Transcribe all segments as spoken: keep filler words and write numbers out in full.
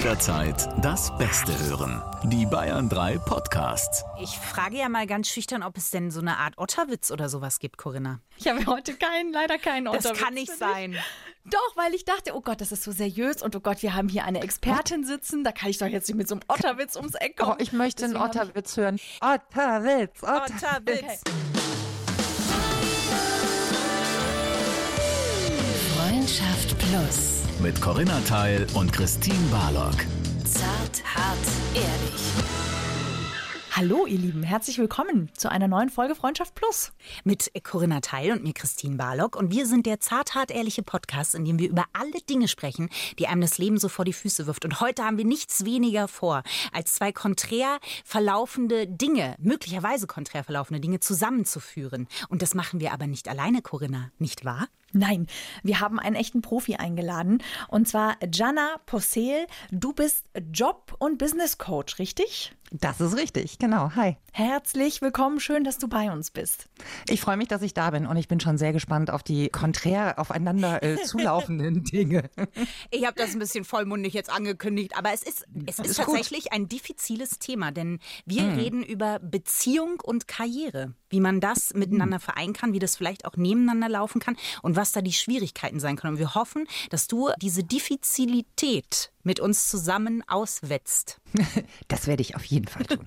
Jederzeit das Beste hören. Die Bayern drei Podcasts. Ich frage ja mal ganz schüchtern, ob es denn so eine Art Otterwitz oder sowas gibt, Corinna. Ich habe heute keinen, leider keinen Otterwitz. Das kann nicht sein. Doch, weil ich dachte, oh Gott, das ist so seriös und oh Gott, wir haben hier eine Expertin sitzen, da kann ich doch jetzt nicht mit so einem Otterwitz ums Eck kommen. Oh, ich möchte einen Deswegen Otterwitz hören. Otterwitz, Otter Otterwitz. Okay. Freundschaft Plus. Mit Corinna Teil und Christine Barlock. Zart, hart, ehrlich. Hallo ihr Lieben, herzlich willkommen zu einer neuen Folge Freundschaft Plus. Mit Corinna Teil und mir Christine Barlock. Und wir sind der zart-hart-ehrliche Podcast, in dem wir über alle Dinge sprechen, die einem das Leben so vor die Füße wirft. Und heute haben wir nichts weniger vor, als zwei konträr verlaufende Dinge, möglicherweise konträr verlaufende Dinge zusammenzuführen. Und das machen wir aber nicht alleine, Corinna, nicht wahr? Nein, wir haben einen echten Profi eingeladen und zwar Jana Possel. Du bist Job- und Business Coach, richtig? Das ist richtig, genau. Hi. Herzlich willkommen, schön, dass du bei uns bist. Ich freue mich, dass ich da bin und ich bin schon sehr gespannt auf die konträr aufeinander äh, zulaufenden Dinge. Ich habe das ein bisschen vollmundig jetzt angekündigt, aber es ist, es ist, ist tatsächlich ein diffiziles Thema, denn wir mhm. reden über Beziehung und Karriere, wie man das miteinander vereinen kann, wie das vielleicht auch nebeneinander laufen kann und was da die Schwierigkeiten sein können. Und wir hoffen, dass du diese Diffizilität mit uns zusammen auswetzt. Das werde ich auf jeden Fall tun.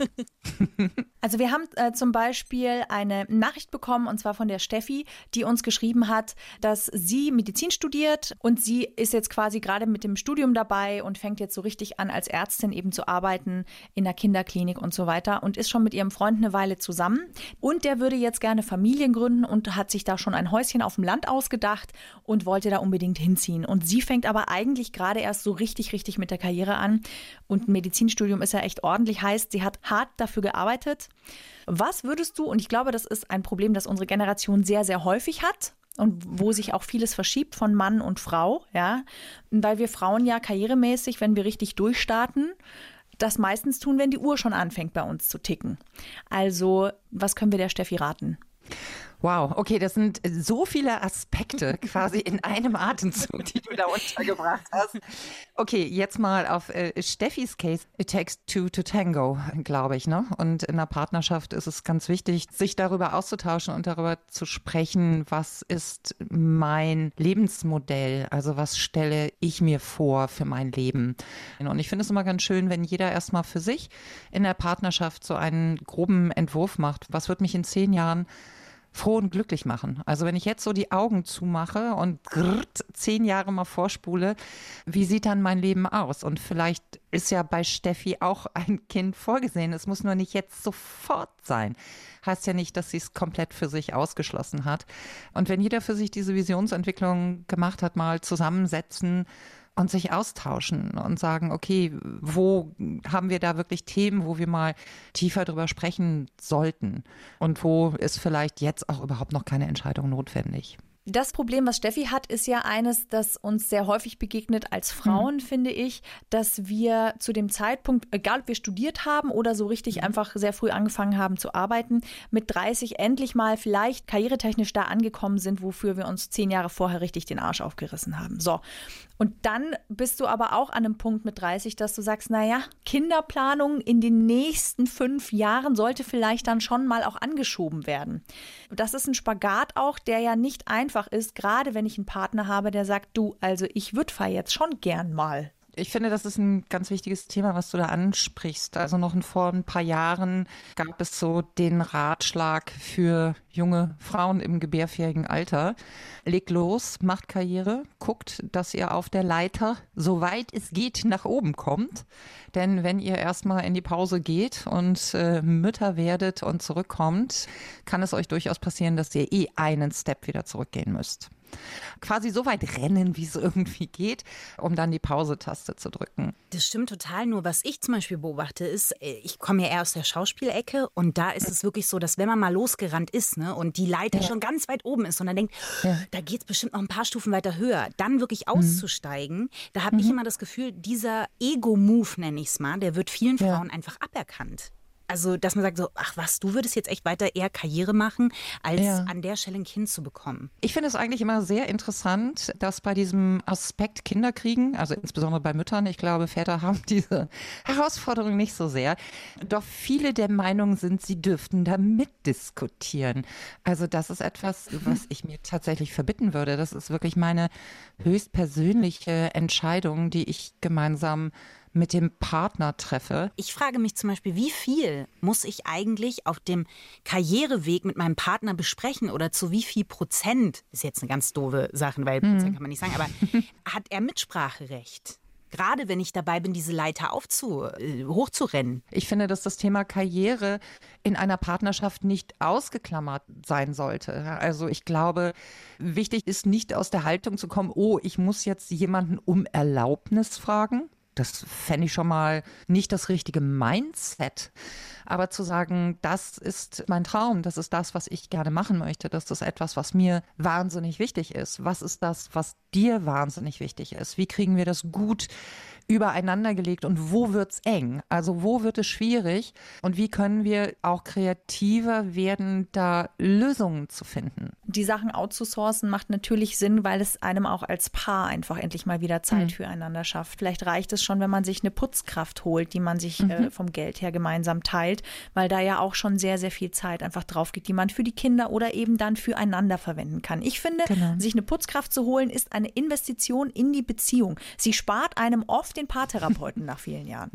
Also wir haben äh, zum Beispiel eine Nachricht bekommen, und zwar von der Steffi, die uns geschrieben hat, dass sie Medizin studiert und sie ist jetzt quasi gerade mit dem Studium dabei und fängt jetzt so richtig an, als Ärztin eben zu arbeiten in der Kinderklinik und so weiter und ist schon mit ihrem Freund eine Weile zusammen. Und der würde jetzt gerne Familien gründen und hat sich da schon ein Häuschen auf dem Land ausgedacht und wollte da unbedingt hinziehen. Und sie fängt aber eigentlich gerade erst so richtig, richtig mit der Karriere an. Und ein Medizinstudium ist ja echt ordentlich, heißt, sie hat hart dafür gearbeitet. Was würdest du, und ich glaube, das ist ein Problem, das unsere Generation sehr, sehr häufig hat und wo sich auch vieles verschiebt von Mann und Frau, ja, weil wir Frauen ja karrieremäßig, wenn wir richtig durchstarten, das meistens tun, wenn die Uhr schon anfängt bei uns zu ticken. Also, was können wir der Steffi raten? Wow, okay, das sind so viele Aspekte quasi in einem Atemzug, die du da untergebracht hast. Okay, jetzt mal auf äh, Steffis Case. It takes two to tango, glaube ich, ne? Und in einer Partnerschaft ist es ganz wichtig, sich darüber auszutauschen und darüber zu sprechen, was ist mein Lebensmodell? Also was stelle ich mir vor für mein Leben? Und ich finde es immer ganz schön, wenn jeder erstmal für sich in der Partnerschaft so einen groben Entwurf macht. Was wird mich in zehn Jahren froh und glücklich machen. Also wenn ich jetzt so die Augen zumache und grrrt, zehn Jahre mal vorspule, wie sieht dann mein Leben aus? Und vielleicht ist ja bei Steffi auch ein Kind vorgesehen. Es muss nur nicht jetzt sofort sein. Heißt ja nicht, dass sie es komplett für sich ausgeschlossen hat. Und wenn jeder für sich diese Visionsentwicklung gemacht hat, mal zusammensetzen und sich austauschen und sagen, okay, wo haben wir da wirklich Themen, wo wir mal tiefer drüber sprechen sollten und wo ist vielleicht jetzt auch überhaupt noch keine Entscheidung notwendig. Das Problem, was Steffi hat, ist ja eines, das uns sehr häufig begegnet als Frauen, mhm. finde ich, dass wir zu dem Zeitpunkt, egal ob wir studiert haben oder so richtig einfach sehr früh angefangen haben zu arbeiten, mit dreißig endlich mal vielleicht karrieretechnisch da angekommen sind, wofür wir uns zehn Jahre vorher richtig den Arsch aufgerissen haben. So. Und dann bist du aber auch an einem Punkt mit dreißig, dass du sagst, naja, Kinderplanung in den nächsten fünf Jahren sollte vielleicht dann schon mal auch angeschoben werden. Das ist ein Spagat auch, der ja nicht einfach ist, gerade wenn ich einen Partner habe, der sagt, du, also ich würde jetzt schon gern mal. Ich finde, das ist ein ganz wichtiges Thema, was du da ansprichst. Also noch vor ein paar Jahren gab es so den Ratschlag für junge Frauen im gebärfähigen Alter. Legt los, macht Karriere, guckt, dass ihr auf der Leiter, soweit es geht, nach oben kommt. Denn wenn ihr erstmal in die Pause geht und äh, Mütter werdet und zurückkommt, kann es euch durchaus passieren, dass ihr eh einen Step wieder zurückgehen müsst. Quasi so weit rennen, wie es irgendwie geht, um dann die Pause-Taste zu drücken. Das stimmt total. Nur was ich zum Beispiel beobachte ist, ich komme ja eher aus der Schauspielecke und da ist es wirklich so, dass wenn man mal losgerannt ist, ne, und die Leiter ja. schon ganz weit oben ist und dann denkt, ja. da geht es bestimmt noch ein paar Stufen weiter höher, dann wirklich auszusteigen, mhm. da habe mhm. ich immer das Gefühl, dieser Ego-Move, nenne ich es mal, der wird vielen Frauen ja. einfach aberkannt. Also, dass man sagt so, ach was, du würdest jetzt echt weiter eher Karriere machen, als Ja. an der Stelle ein Kind zu bekommen. Ich finde es eigentlich immer sehr interessant, dass bei diesem Aspekt Kinder kriegen, also insbesondere bei Müttern, ich glaube, Väter haben diese Herausforderung nicht so sehr, doch viele der Meinung sind, sie dürften da mitdiskutieren. Also das ist etwas, was ich mir tatsächlich verbitten würde. Das ist wirklich meine höchstpersönliche Entscheidung, die ich gemeinsam mit dem Partner treffe. Ich frage mich zum Beispiel, wie viel muss ich eigentlich auf dem Karriereweg mit meinem Partner besprechen oder zu wie viel Prozent, ist jetzt eine ganz doofe Sache, weil Prozent kann man nicht sagen, aber hat er Mitspracherecht? Gerade wenn ich dabei bin, diese Leiter aufzu, äh, hochzurennen. Ich finde, dass das Thema Karriere in einer Partnerschaft nicht ausgeklammert sein sollte. Also ich glaube, wichtig ist nicht aus der Haltung zu kommen, oh, ich muss jetzt jemanden um Erlaubnis fragen. Das fände ich schon mal nicht das richtige Mindset. Aber zu sagen, das ist mein Traum, das ist das, was ich gerne machen möchte, das ist etwas, was mir wahnsinnig wichtig ist. Was ist das, was dir wahnsinnig wichtig ist? Wie kriegen wir das gut übereinander gelegt und wo wird's eng? Also wo wird es schwierig und wie können wir auch kreativer werden, da Lösungen zu finden? Die Sachen outzusourcen macht natürlich Sinn, weil es einem auch als Paar einfach endlich mal wieder Zeit mhm. füreinander schafft. Vielleicht reicht es schon, wenn man sich eine Putzkraft holt, die man sich mhm. äh, vom Geld her gemeinsam teilt, weil da ja auch schon sehr, sehr viel Zeit einfach drauf geht, die man für die Kinder oder eben dann füreinander verwenden kann. Ich finde, genau. sich eine Putzkraft zu holen, ist eine Investition in die Beziehung. Sie spart einem oft den Paartherapeuten nach vielen Jahren.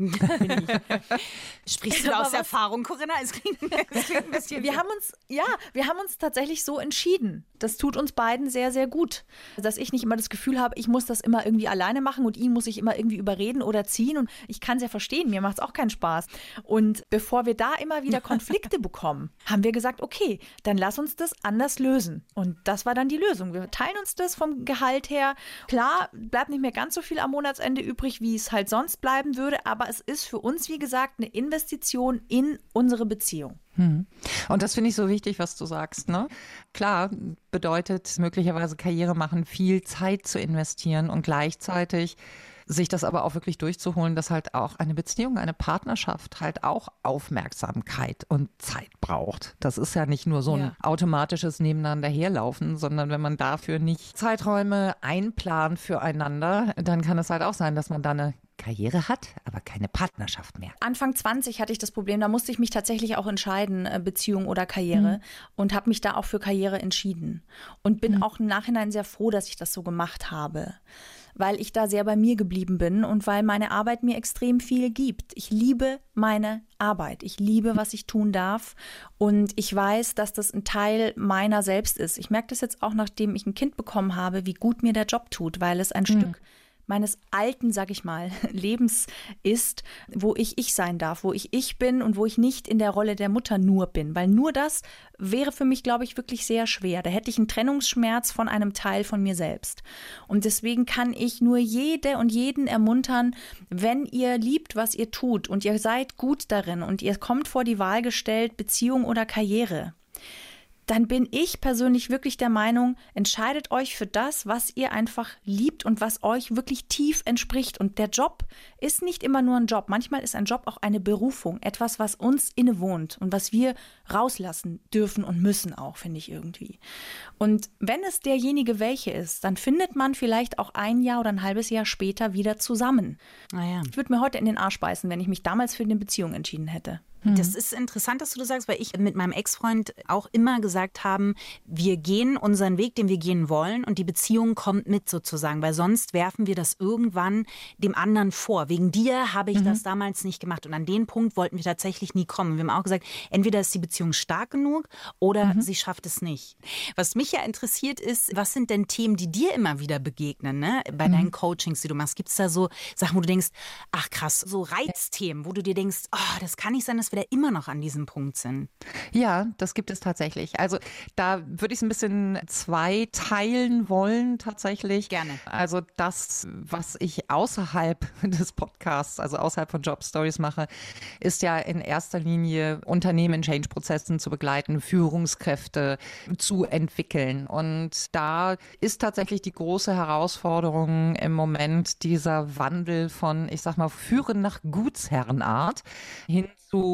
Sprichst du da aus Erfahrung, Corinna? Es klingt, es klingt ein bisschen wir haben uns, ja, wir haben uns tatsächlich so entschieden. Das tut uns beiden sehr, sehr gut. Dass ich nicht immer das Gefühl habe, ich muss das immer irgendwie alleine machen und ihn muss ich immer irgendwie überreden oder ziehen. Und ich kann es ja verstehen, mir macht es auch keinen Spaß. Und bevor wir da immer wieder Konflikte bekommen, haben wir gesagt, okay, dann lass uns das anders lösen. Und das war dann die Lösung. Wir teilen uns das vom Gehalt her. Klar, bleibt nicht mehr ganz so viel am Monatsende übrig, wie es halt sonst bleiben würde. Aber es ist für uns, wie gesagt, eine Investition in unsere Beziehung. Hm. Und das finde ich so wichtig, was du sagst, ne? Klar, bedeutet möglicherweise Karriere machen, viel Zeit zu investieren und gleichzeitig sich das aber auch wirklich durchzuholen, dass halt auch eine Beziehung, eine Partnerschaft halt auch Aufmerksamkeit und Zeit braucht. Das ist ja nicht nur so ein ja. automatisches Nebeneinander herlaufen, sondern wenn man dafür nicht Zeiträume einplant füreinander, dann kann es halt auch sein, dass man da eine Karriere hat, aber keine Partnerschaft mehr. Anfang zwanzig hatte ich das Problem, da musste ich mich tatsächlich auch entscheiden, Beziehung oder Karriere, mhm. und habe mich da auch für Karriere entschieden und bin mhm. auch im Nachhinein sehr froh, dass ich das so gemacht habe, weil ich da sehr bei mir geblieben bin und weil meine Arbeit mir extrem viel gibt. Ich liebe meine Arbeit, ich liebe, was ich tun darf und ich weiß, dass das ein Teil meiner selbst ist. Ich merke das jetzt auch, nachdem ich ein Kind bekommen habe, wie gut mir der Job tut, weil es ein mhm. Stück meines alten, sag ich mal, Lebens ist, wo ich ich sein darf, wo ich ich bin und wo ich nicht in der Rolle der Mutter nur bin. Weil nur das wäre für mich, glaube ich, wirklich sehr schwer. Da hätte ich einen Trennungsschmerz von einem Teil von mir selbst. Und deswegen kann ich nur jede und jeden ermuntern, wenn ihr liebt, was ihr tut und ihr seid gut darin und ihr kommt vor die Wahl gestellt, Beziehung oder Karriere, dann bin ich persönlich wirklich der Meinung, entscheidet euch für das, was ihr einfach liebt und was euch wirklich tief entspricht. Und der Job ist nicht immer nur ein Job. Manchmal ist ein Job auch eine Berufung, etwas, was uns innewohnt und was wir rauslassen dürfen und müssen auch, finde ich irgendwie. Und wenn es derjenige welche ist, dann findet man vielleicht auch ein Jahr oder ein halbes Jahr später wieder zusammen. Ah ja. Ich würde mir heute in den Arsch beißen, wenn ich mich damals für eine Beziehung entschieden hätte. Das ist interessant, dass du das sagst, weil ich mit meinem Ex-Freund auch immer gesagt haben, wir gehen unseren Weg, den wir gehen wollen und die Beziehung kommt mit sozusagen, weil sonst werfen wir das irgendwann dem anderen vor. Wegen dir habe ich mhm. das damals nicht gemacht und an den Punkt wollten wir tatsächlich nie kommen. Wir haben auch gesagt, entweder ist die Beziehung stark genug oder mhm. sie schafft es nicht. Was mich ja interessiert ist, was sind denn Themen, die dir immer wieder begegnen, ne? Bei mhm. deinen Coachings, die du machst? Gibt es da so Sachen, wo du denkst, ach krass, so Reizthemen, wo du dir denkst, oh, das kann nicht sein, dass wir da immer noch an diesem Punkt sind? Ja, das gibt es tatsächlich. Also da würde ich es ein bisschen zweiteilen wollen tatsächlich. Gerne. Also das, was ich außerhalb des Podcasts, also außerhalb von Job Stories mache, ist ja in erster Linie Unternehmen in Change-Prozessen zu begleiten, Führungskräfte zu entwickeln. Und da ist tatsächlich die große Herausforderung im Moment dieser Wandel von, ich sag mal, Führen nach Gutsherrenart hin zu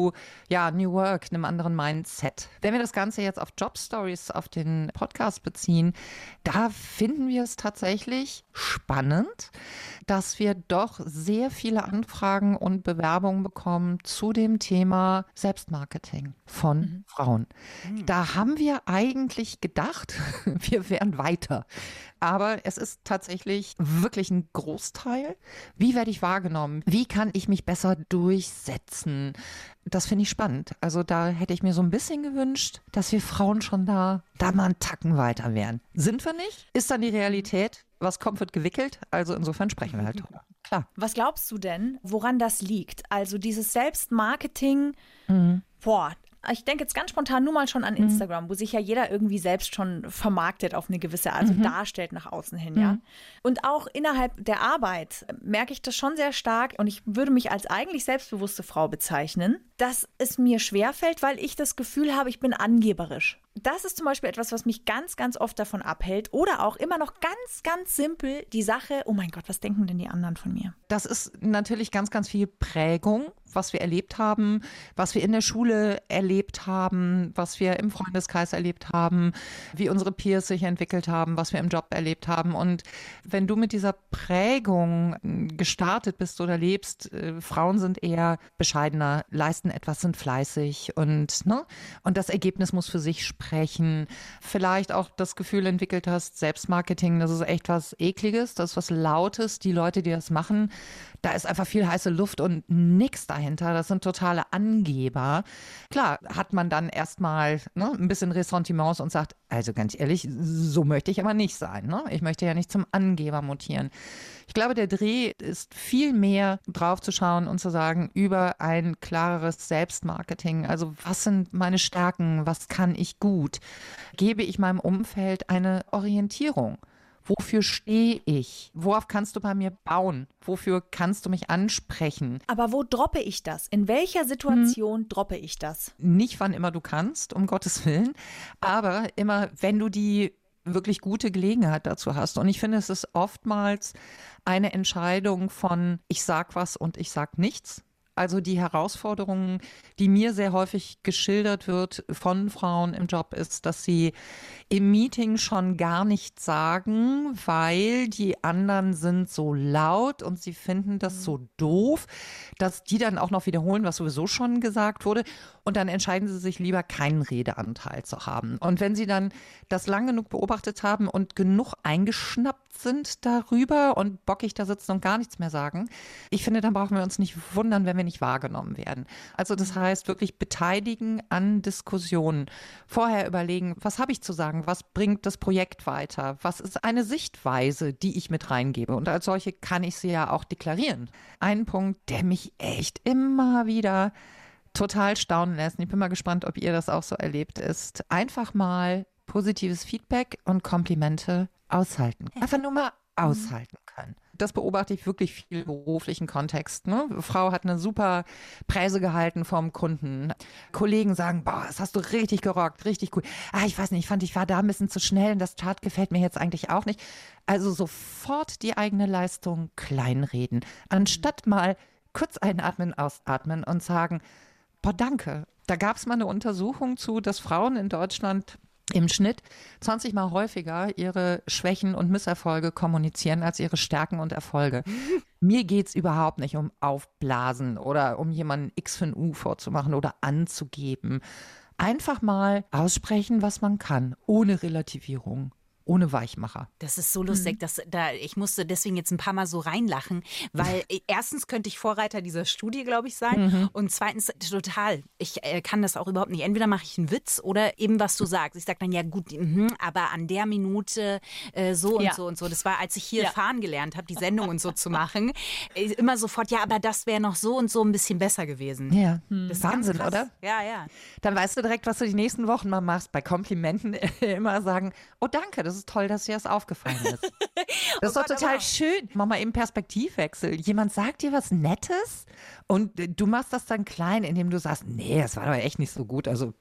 zu ja, New Work, einem anderen Mindset. Wenn wir das Ganze jetzt auf Job-Stories auf den Podcast beziehen, da finden wir es tatsächlich spannend, dass wir doch sehr viele Anfragen und Bewerbungen bekommen zu dem Thema Selbstmarketing von mhm. Frauen. Mhm. Da haben wir eigentlich gedacht, wir wären weiter. Aber es ist tatsächlich wirklich ein Großteil. Wie werde ich wahrgenommen? Wie kann ich mich besser durchsetzen? Das finde ich spannend. Also da hätte ich mir so ein bisschen gewünscht, dass wir Frauen schon da, da mal einen Tacken weiter wären. Sind wir nicht? Ist dann die Realität? Was kommt, wird gewickelt. Also insofern sprechen wir halt drüber. Klar. Was glaubst du denn, woran das liegt? Also dieses Selbstmarketing, Mhm. boah, ich denke jetzt ganz spontan nur mal schon an Instagram, mhm. wo sich ja jeder irgendwie selbst schon vermarktet auf eine gewisse Art, also mhm. darstellt nach außen hin, mhm. ja. Und auch innerhalb der Arbeit merke ich das schon sehr stark und ich würde mich als eigentlich selbstbewusste Frau bezeichnen, dass es mir schwerfällt, weil ich das Gefühl habe, ich bin angeberisch. Das ist zum Beispiel etwas, was mich ganz, ganz oft davon abhält. Oder auch immer noch ganz, ganz simpel die Sache, oh mein Gott, was denken denn die anderen von mir? Das ist natürlich ganz, ganz viel Prägung, was wir erlebt haben, was wir in der Schule erlebt haben, was wir im Freundeskreis erlebt haben, wie unsere Peers sich entwickelt haben, was wir im Job erlebt haben. Und wenn du mit dieser Prägung gestartet bist oder lebst, äh, Frauen sind eher bescheidener, leisten etwas, sind fleißig und, ne? Und das Ergebnis muss für sich sprechen. Vielleicht auch das Gefühl entwickelt hast, Selbstmarketing, das ist echt was Ekliges, das ist was Lautes. Die Leute, die das machen, da ist einfach viel heiße Luft und nichts dahinter. Das sind totale Angeber. Klar, hat man dann erstmal ne, ein bisschen Ressentiments und sagt, also ganz ehrlich, so möchte ich aber nicht sein. Ne? Ich möchte ja nicht zum Angeber mutieren. Ich glaube, der Dreh ist viel mehr drauf zu schauen und zu sagen, über ein klareres Selbstmarketing. Also was sind meine Stärken? Was kann ich gut? Gebe ich meinem Umfeld eine Orientierung? Wofür stehe ich? Worauf kannst du bei mir bauen? Wofür kannst du mich ansprechen? Aber wo droppe ich das? In welcher Situation hm. droppe ich das? Nicht wann immer du kannst, um Gottes Willen, aber immer, wenn du die wirklich gute Gelegenheit dazu hast. Und ich finde, es ist oftmals eine Entscheidung von ich sag was und ich sag nichts. Also die Herausforderung, die mir sehr häufig geschildert wird von Frauen im Job, ist, dass sie im Meeting schon gar nichts sagen, weil die anderen sind so laut und sie finden das so doof, dass die dann auch noch wiederholen, was sowieso schon gesagt wurde. Und dann entscheiden sie sich lieber, keinen Redeanteil zu haben. Und wenn sie dann das lang genug beobachtet haben und genug eingeschnappt sind darüber und bockig da sitzen und gar nichts mehr sagen, ich finde, dann brauchen wir uns nicht wundern, wenn wir nicht wahrgenommen werden. Also das heißt wirklich beteiligen an Diskussionen. Vorher überlegen, was habe ich zu sagen? Was bringt das Projekt weiter? Was ist eine Sichtweise, die ich mit reingebe? Und als solche kann ich sie ja auch deklarieren. Ein Punkt, der mich echt immer wieder total staunen lässt. Ich bin mal gespannt, ob ihr das auch so erlebt ist. Einfach mal positives Feedback und Komplimente aushalten. Einfach nur mal aushalten können. Das beobachte ich wirklich viel im beruflichen Kontext. Ne? Frau hat eine super Präse gehalten vom Kunden. Kollegen sagen, boah, das hast du richtig gerockt, richtig cool. Ah, ich weiß nicht, ich fand, ich war da ein bisschen zu schnell und das Chart gefällt mir jetzt eigentlich auch nicht. Also sofort die eigene Leistung kleinreden, anstatt mal kurz einatmen, ausatmen und sagen, boah, danke. Da gab es mal eine Untersuchung zu, dass Frauen in Deutschland im Schnitt zwanzig Mal häufiger ihre Schwächen und Misserfolge kommunizieren als ihre Stärken und Erfolge. Mir geht es überhaupt nicht um Aufblasen oder um jemanden X für ein U vorzumachen oder anzugeben. Einfach mal aussprechen, was man kann, ohne Relativierung. Ohne Weichmacher. Das ist so lustig, Mhm. dass da ich musste deswegen jetzt ein paar Mal so reinlachen, weil erstens könnte ich Vorreiter dieser Studie, glaube ich, sein Mhm. und zweitens total. Ich äh, kann das auch überhaupt nicht. Entweder mache ich einen Witz oder eben was du sagst. Ich sage dann ja gut, mhm, aber an der Minute äh, so und Ja. so und so. Das war, als ich hier Ja. fahren gelernt habe, die Sendung und so zu machen, äh, immer sofort. Ja, aber das wäre noch so und so ein bisschen besser gewesen. Ja, Das ist ganz Wahnsinn, krass. oder? Ja, ja. Dann weißt du direkt, was du die nächsten Wochen mal machst. Bei Komplimenten immer sagen, oh danke, das ist toll, dass dir das aufgefallen ist. Das ist doch Gott, total aber- schön. Mach mal eben Perspektivwechsel. Jemand sagt dir was Nettes und äh, du machst das dann klein, indem du sagst, nee, das war doch echt nicht so gut. Also pff,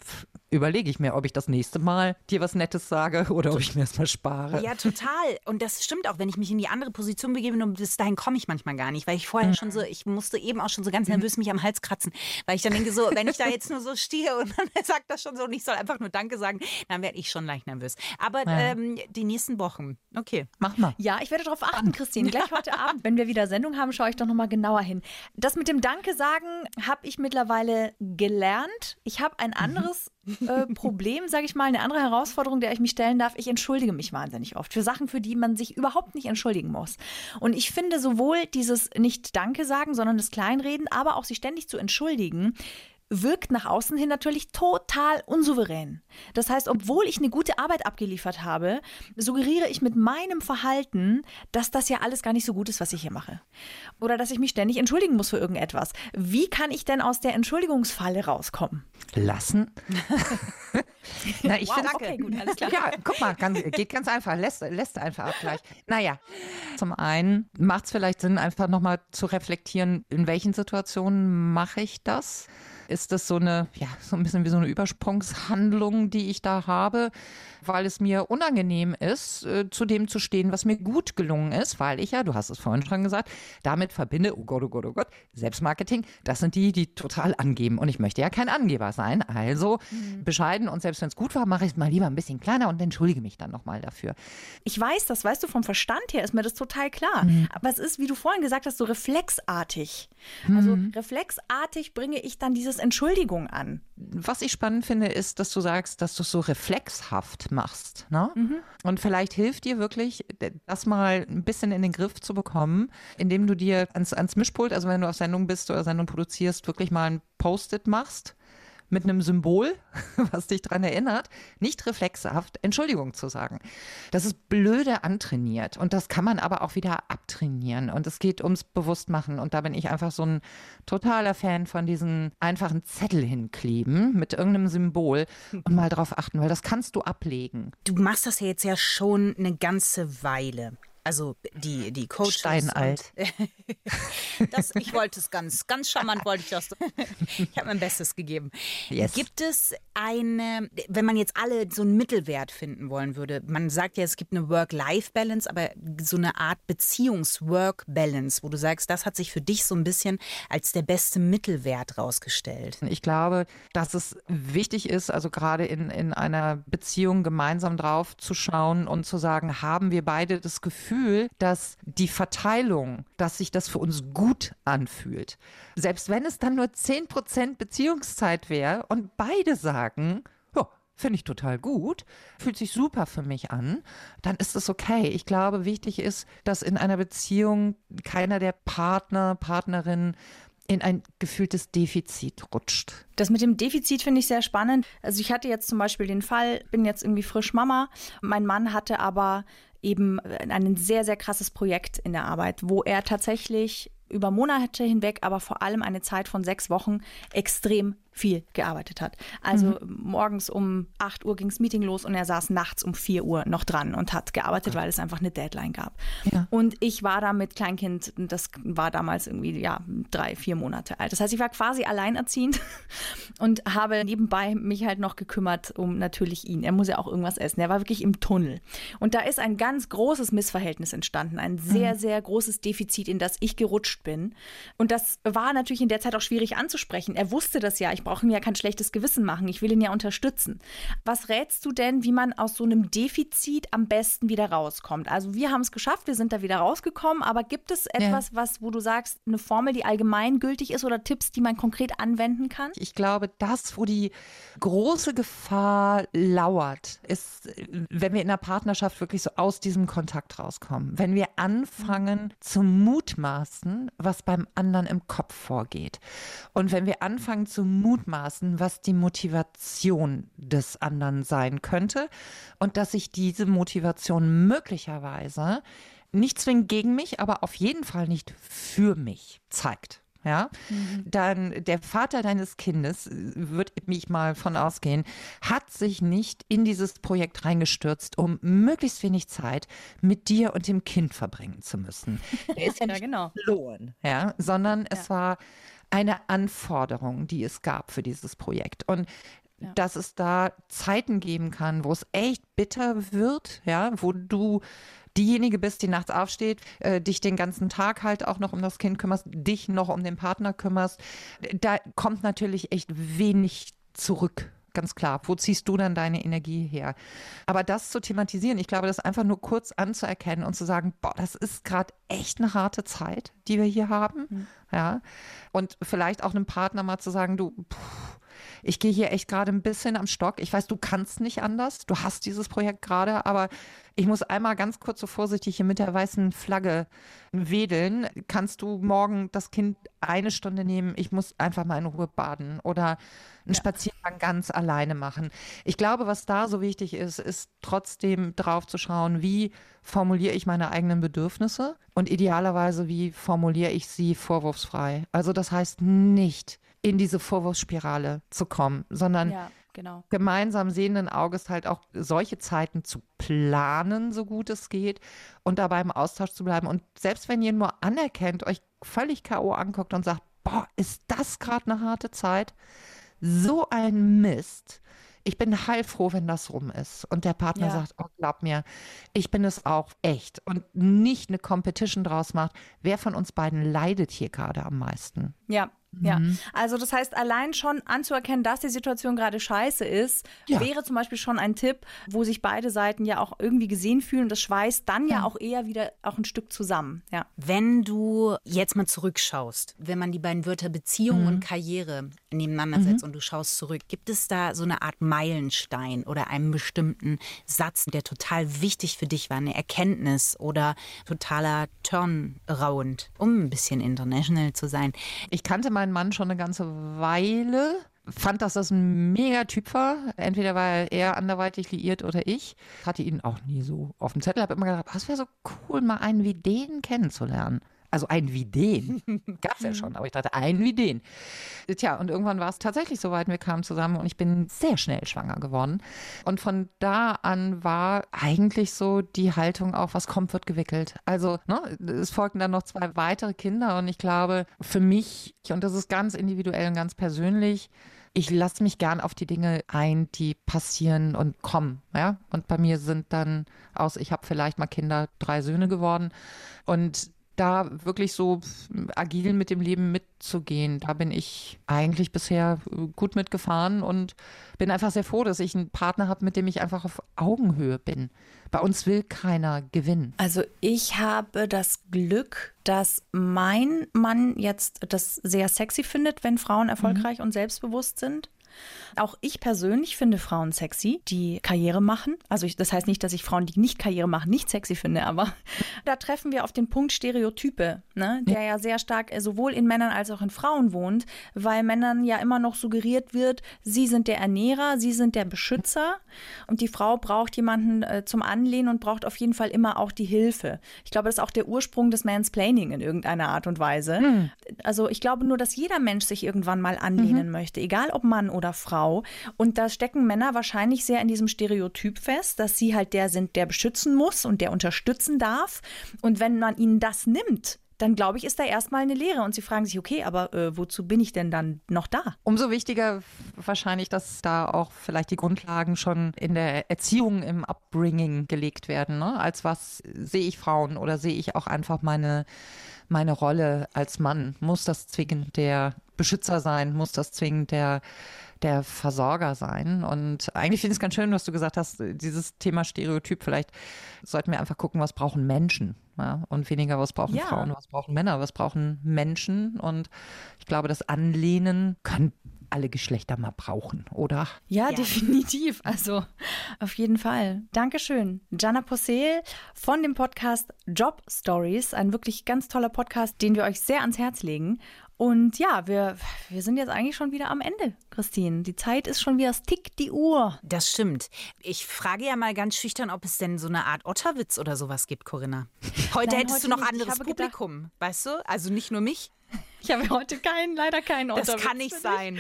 überlege ich mir, ob ich das nächste Mal dir was Nettes sage oder ob ich mir das mal spare. Ja, total. Und das stimmt auch, wenn ich mich in die andere Position begebe, und bis dahin komme ich manchmal gar nicht, weil ich vorher mhm. schon so, ich musste eben auch schon so ganz nervös mich am Hals kratzen, weil ich dann denke so, wenn ich da jetzt nur so stehe und dann sagt das schon so und ich soll einfach nur Danke sagen, dann werde ich schon leicht nervös. Aber ja. ähm, die nächsten Wochen, okay. Mach mal. Ja, ich werde darauf achten, Christine. Gleich heute Abend, wenn wir wieder Sendung haben, schaue ich doch nochmal genauer hin. Das mit dem Danke sagen habe ich mittlerweile gelernt. Ich habe ein anderes Äh, Problem, sage ich mal, eine andere Herausforderung, der ich mich stellen darf. Ich entschuldige mich wahnsinnig oft für Sachen, für die man sich überhaupt nicht entschuldigen muss. Und ich finde sowohl dieses nicht Danke sagen, sondern das Kleinreden, aber auch sich ständig zu entschuldigen, wirkt nach außen hin natürlich total unsouverän. Das heißt, obwohl ich eine gute Arbeit abgeliefert habe, suggeriere ich mit meinem Verhalten, dass das ja alles gar nicht so gut ist, was ich hier mache. Oder dass ich mich ständig entschuldigen muss für irgendetwas. Wie kann ich denn aus der Entschuldigungsfalle rauskommen? Lassen. Na, ich wow, finde, okay, gut, alles klar. Ja, guck mal, ganz, geht ganz einfach. Lässt, lässt einfach ab gleich. Naja, zum einen macht es vielleicht Sinn, einfach nochmal zu reflektieren, in welchen Situationen mache ich das? Ist das so eine, ja, so ein bisschen wie so eine Übersprungshandlung, die ich da habe, weil es mir unangenehm ist, äh, zu dem zu stehen, was mir gut gelungen ist, weil ich ja, du hast es vorhin schon gesagt, damit verbinde, oh Gott, oh Gott, oh Gott, Selbstmarketing, das sind die, die total angeben und ich möchte ja kein Angeber sein, also mhm. bescheiden und selbst wenn es gut war, mache ich es mal lieber ein bisschen kleiner und entschuldige mich dann nochmal dafür. Ich weiß das, weißt du, vom Verstand her ist mir das total klar, mhm. aber es ist, wie du vorhin gesagt hast, so reflexartig. Mhm. Also reflexartig bringe ich dann dieses Entschuldigung an. Was ich spannend finde, ist, dass du sagst, dass du es so reflexhaft machst. Ne? Mhm. Und vielleicht hilft dir wirklich, das mal ein bisschen in den Griff zu bekommen, indem du dir ans, ans Mischpult, also wenn du auf Sendung bist oder Sendung produzierst, wirklich mal ein Post-it machst mit einem Symbol, was dich daran erinnert, nicht reflexhaft Entschuldigung zu sagen. Das ist blöde antrainiert und das kann man aber auch wieder abtrainieren und es geht ums Bewusstmachen und da bin ich einfach so ein totaler Fan von diesen einfachen Zettel hinkleben mit irgendeinem Symbol und mal drauf achten, weil das kannst du ablegen. Du machst das ja jetzt ja schon eine ganze Weile. Also die, die Coaches. Steinalt. Das, ich wollte es ganz, ganz charmant, wollte ich das. Ich habe mein Bestes gegeben. Yes. Gibt es eine, wenn man jetzt alle so einen Mittelwert finden wollen würde, man sagt ja, es gibt eine Work-Life-Balance, aber so eine Art Beziehungs-Work-Balance, wo du sagst, das hat sich für dich so ein bisschen als der beste Mittelwert rausgestellt. Ich glaube, dass es wichtig ist, also gerade in, in einer Beziehung gemeinsam drauf zu schauen und zu sagen, haben wir beide das Gefühl, dass die Verteilung, dass sich das für uns gut anfühlt. Selbst wenn es dann nur zehn Prozent Beziehungszeit wäre und beide sagen, ja, finde ich total gut, fühlt sich super für mich an, dann ist es okay. Ich glaube, wichtig ist, dass in einer Beziehung keiner der Partner, Partnerin in ein gefühltes Defizit rutscht. Das mit dem Defizit finde ich sehr spannend. Also ich hatte jetzt zum Beispiel den Fall, bin jetzt irgendwie frisch Mama. Mein Mann hatte aber eben ein sehr, sehr krasses Projekt in der Arbeit, wo er tatsächlich über Monate hinweg, aber vor allem eine Zeit von sechs Wochen extrem viel gearbeitet hat. Also mhm. morgens um acht Uhr ging das Meeting los und er saß nachts um vier Uhr noch dran und hat gearbeitet, weil es einfach eine Deadline gab. Ja. Und ich war da mit Kleinkind, das war damals irgendwie ja drei, vier Monate alt. Das heißt, ich war quasi alleinerziehend und habe nebenbei mich halt noch gekümmert um natürlich ihn. Er muss ja auch irgendwas essen. Er war wirklich im Tunnel. Und da ist ein ganz großes Missverhältnis entstanden, ein sehr, mhm. sehr großes Defizit, in das ich gerutscht bin. Und das war natürlich in der Zeit auch schwierig anzusprechen. Er wusste das ja, ich brauche mir ja kein schlechtes Gewissen machen. Ich will ihn ja unterstützen. Was rätst du denn, wie man aus so einem Defizit am besten wieder rauskommt? Also wir haben es geschafft, wir sind da wieder rausgekommen, aber gibt es etwas, ja. was, wo du sagst, eine Formel, die allgemein gültig ist oder Tipps, die man konkret anwenden kann? Ich glaube, das, wo die große Gefahr lauert, ist, wenn wir in der Partnerschaft wirklich so aus diesem Kontakt rauskommen. Wenn wir anfangen zu mutmaßen, was beim anderen im Kopf vorgeht. Und wenn wir anfangen zu mutmaßen, was die Motivation des anderen sein könnte und dass sich diese Motivation möglicherweise nicht zwingend gegen mich, aber auf jeden Fall nicht für mich zeigt. Ja, mhm. dann der Vater deines Kindes, würde ich mal von ausgehen, hat sich nicht in dieses Projekt reingestürzt, um möglichst wenig Zeit mit dir und dem Kind verbringen zu müssen. Er ist ja nicht ja, genau. verloren, ja, sondern ja. es war eine Anforderung, die es gab für dieses Projekt. Und ja. dass es da Zeiten geben kann, wo es echt bitter wird, ja, wo du diejenige bist, die nachts aufsteht, äh, dich den ganzen Tag halt auch noch um das Kind kümmerst, dich noch um den Partner kümmerst. Da kommt natürlich echt wenig zurück. Ganz klar. Wo ziehst du dann deine Energie her? Aber das zu thematisieren, ich glaube, das einfach nur kurz anzuerkennen und zu sagen, boah, das ist gerade echt eine harte Zeit, die wir hier haben. Mhm. Ja. Und vielleicht auch einem Partner mal zu sagen, du, pff, ich gehe hier echt gerade ein bisschen am Stock. Ich weiß, du kannst nicht anders. Du hast dieses Projekt gerade, aber ich muss einmal ganz kurz so vorsichtig hier mit der weißen Flagge wedeln. Kannst du morgen das Kind eine Stunde nehmen? Ich muss einfach mal in Ruhe baden oder einen ja. Spaziergang ganz alleine machen. Ich glaube, was da so wichtig ist, ist trotzdem drauf zu schauen, wie formuliere ich meine eigenen Bedürfnisse und idealerweise, wie formuliere ich sie vorwurfsfrei. Also das heißt nicht, in diese Vorwurfsspirale zu kommen, sondern ja, genau. gemeinsam sehenden Auges halt auch solche Zeiten zu planen, so gut es geht und dabei im Austausch zu bleiben. Und selbst wenn ihr nur anerkennt, euch völlig K O anguckt und sagt, boah, ist das gerade eine harte Zeit? So ein Mist. Ich bin heilfroh, wenn das rum ist. Und der Partner ja. sagt, oh, glaub mir, ich bin es auch echt. Und nicht eine Competition draus macht, wer von uns beiden leidet hier gerade am meisten. Ja. Ja, also das heißt, allein schon anzuerkennen, dass die Situation gerade scheiße ist, ja. wäre zum Beispiel schon ein Tipp, wo sich beide Seiten ja auch irgendwie gesehen fühlen und das schweißt dann ja, ja auch eher wieder auch ein Stück zusammen. Ja. Wenn du jetzt mal zurückschaust, wenn man die beiden Wörter Beziehung mhm. und Karriere nebeneinander setzt mhm. und du schaust zurück, gibt es da so eine Art Meilenstein oder einen bestimmten Satz, der total wichtig für dich war, eine Erkenntnis oder totaler Turnaround, um ein bisschen international zu sein? Ich kannte meinen Mann schon eine ganze Weile, fand, dass das ein Mega-Typ war. Entweder war er anderweitig liiert oder ich. Hatte ihn auch nie so auf dem Zettel. Habe immer gedacht, es wäre so cool, mal einen wie den kennenzulernen. Also einen wie den. Gab es ja schon, aber ich dachte, einen wie den. Tja, und irgendwann war es tatsächlich soweit, wir kamen zusammen und ich bin sehr schnell schwanger geworden. Und von da an war eigentlich so die Haltung auch, was kommt, wird gewickelt. Also ne, es folgten dann noch zwei weitere Kinder und ich glaube, für mich, und das ist ganz individuell und ganz persönlich, ich lasse mich gern auf die Dinge ein, die passieren und kommen. Ja? Und bei mir sind dann aus, ich habe vielleicht mal Kinder, drei Söhne geworden und da wirklich so agil mit dem Leben mitzugehen, da bin ich eigentlich bisher gut mitgefahren und bin einfach sehr froh, dass ich einen Partner habe, mit dem ich einfach auf Augenhöhe bin. Bei uns will keiner gewinnen. Also ich habe das Glück, dass mein Mann jetzt das sehr sexy findet, wenn Frauen erfolgreich mhm. und selbstbewusst sind. Auch ich persönlich finde Frauen sexy, die Karriere machen. Also ich, das heißt nicht, dass ich Frauen, die nicht Karriere machen, nicht sexy finde, aber da treffen wir auf den Punkt Stereotype, ne, der ja sehr stark sowohl in Männern als auch in Frauen wohnt, weil Männern ja immer noch suggeriert wird, sie sind der Ernährer, sie sind der Beschützer und die Frau braucht jemanden äh, zum Anlehnen und braucht auf jeden Fall immer auch die Hilfe. Ich glaube, das ist auch der Ursprung des Mansplaining in irgendeiner Art und Weise. Mhm. Also ich glaube nur, dass jeder Mensch sich irgendwann mal anlehnen mhm. möchte, egal ob Mann oder Frau. Und da stecken Männer wahrscheinlich sehr in diesem Stereotyp fest, dass sie halt der sind, der beschützen muss und der unterstützen darf. Und wenn man ihnen das nimmt, dann glaube ich, ist da erstmal eine Leere. Und sie fragen sich, okay, aber äh, wozu bin ich denn dann noch da? Umso wichtiger wahrscheinlich, dass da auch vielleicht die Grundlagen schon in der Erziehung, im Upbringing gelegt werden. Ne? Als was sehe ich Frauen oder sehe ich auch einfach meine, meine Rolle als Mann? Muss das zwingend der Beschützer sein? Muss das zwingend der der Versorger sein. Und eigentlich finde ich es ganz schön, was du gesagt hast, dieses Thema Stereotyp, vielleicht sollten wir einfach gucken, was brauchen Menschen, ja? Und weniger, was brauchen ja. Frauen, was brauchen Männer, was brauchen Menschen. Und ich glaube, das Anlehnen können alle Geschlechter mal brauchen, oder? Ja, ja, definitiv. Also auf jeden Fall. Dankeschön. Gianna Possehl von dem Podcast Job Stories, ein wirklich ganz toller Podcast, den wir euch sehr ans Herz legen. Und ja, wir, wir sind jetzt eigentlich schon wieder am Ende, Christine. Die Zeit ist schon wieder, es tickt die Uhr. Das stimmt. Ich frage ja mal ganz schüchtern, ob es denn so eine Art Otterwitz oder sowas gibt, Corinna. Heute Nein, hättest heute du noch nicht. anderes Publikum, gedacht, weißt du? Also nicht nur mich. Ich habe heute keinen, leider keinen Otterwitz. Das kann nicht sein.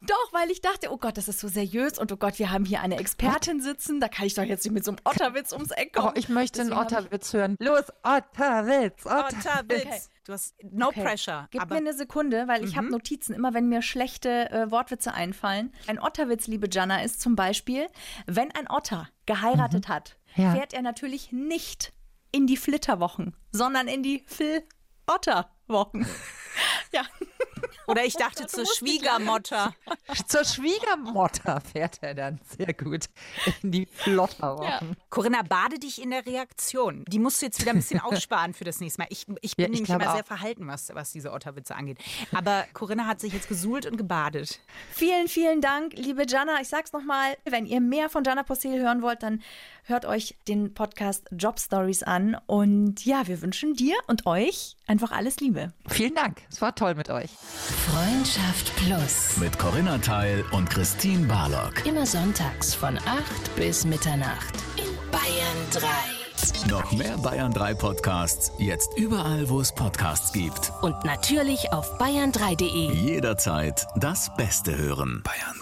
Doch, weil ich dachte, oh Gott, das ist so seriös und oh Gott, wir haben hier eine Expertin sitzen, da kann ich doch jetzt nicht mit so einem Otterwitz ums Eck kommen. Oh, ich möchte Deswegen einen Otterwitz hören. Los, Otterwitz, Otterwitz. Otterwitz. Du hast no Okay. pressure. Gib aber mir eine Sekunde, weil ich habe Notizen, immer wenn mir schlechte äh, Wortwitze einfallen. Ein Otterwitz, liebe Jana, ist zum Beispiel, wenn ein Otter geheiratet hat, Ja. fährt er natürlich nicht in die Flitterwochen, sondern in die Phil-Otter-Wochen. Ja. Oder ich dachte zur Schwiegermutter. Zur Schwiegermutter fährt er dann. Sehr gut. In die Flotterwochen. Ja. Corinna, bade dich in der Reaktion. Die musst du jetzt wieder ein bisschen aufsparen für das nächste Mal. Ich, ich bin Ja, ich nämlich glaube immer auch. sehr verhalten, was, was diese Otterwitze angeht. Aber Corinna hat sich jetzt gesuhlt und gebadet. Vielen, vielen Dank, liebe Jana. Ich sag's nochmal, wenn ihr mehr von Jana Possehl hören wollt, dann hört euch den Podcast Job Stories an. Und ja, wir wünschen dir und euch einfach alles Liebe. Vielen Dank. Es war toll mit euch. Freundschaft Plus. Mit Corinna Teil und Christine Barlock. Immer sonntags von acht bis Mitternacht in Bayern drei. Noch mehr Bayern drei Podcasts, jetzt überall, wo es Podcasts gibt. Und natürlich auf bayern drei punkt de. Jederzeit das Beste hören. Bayern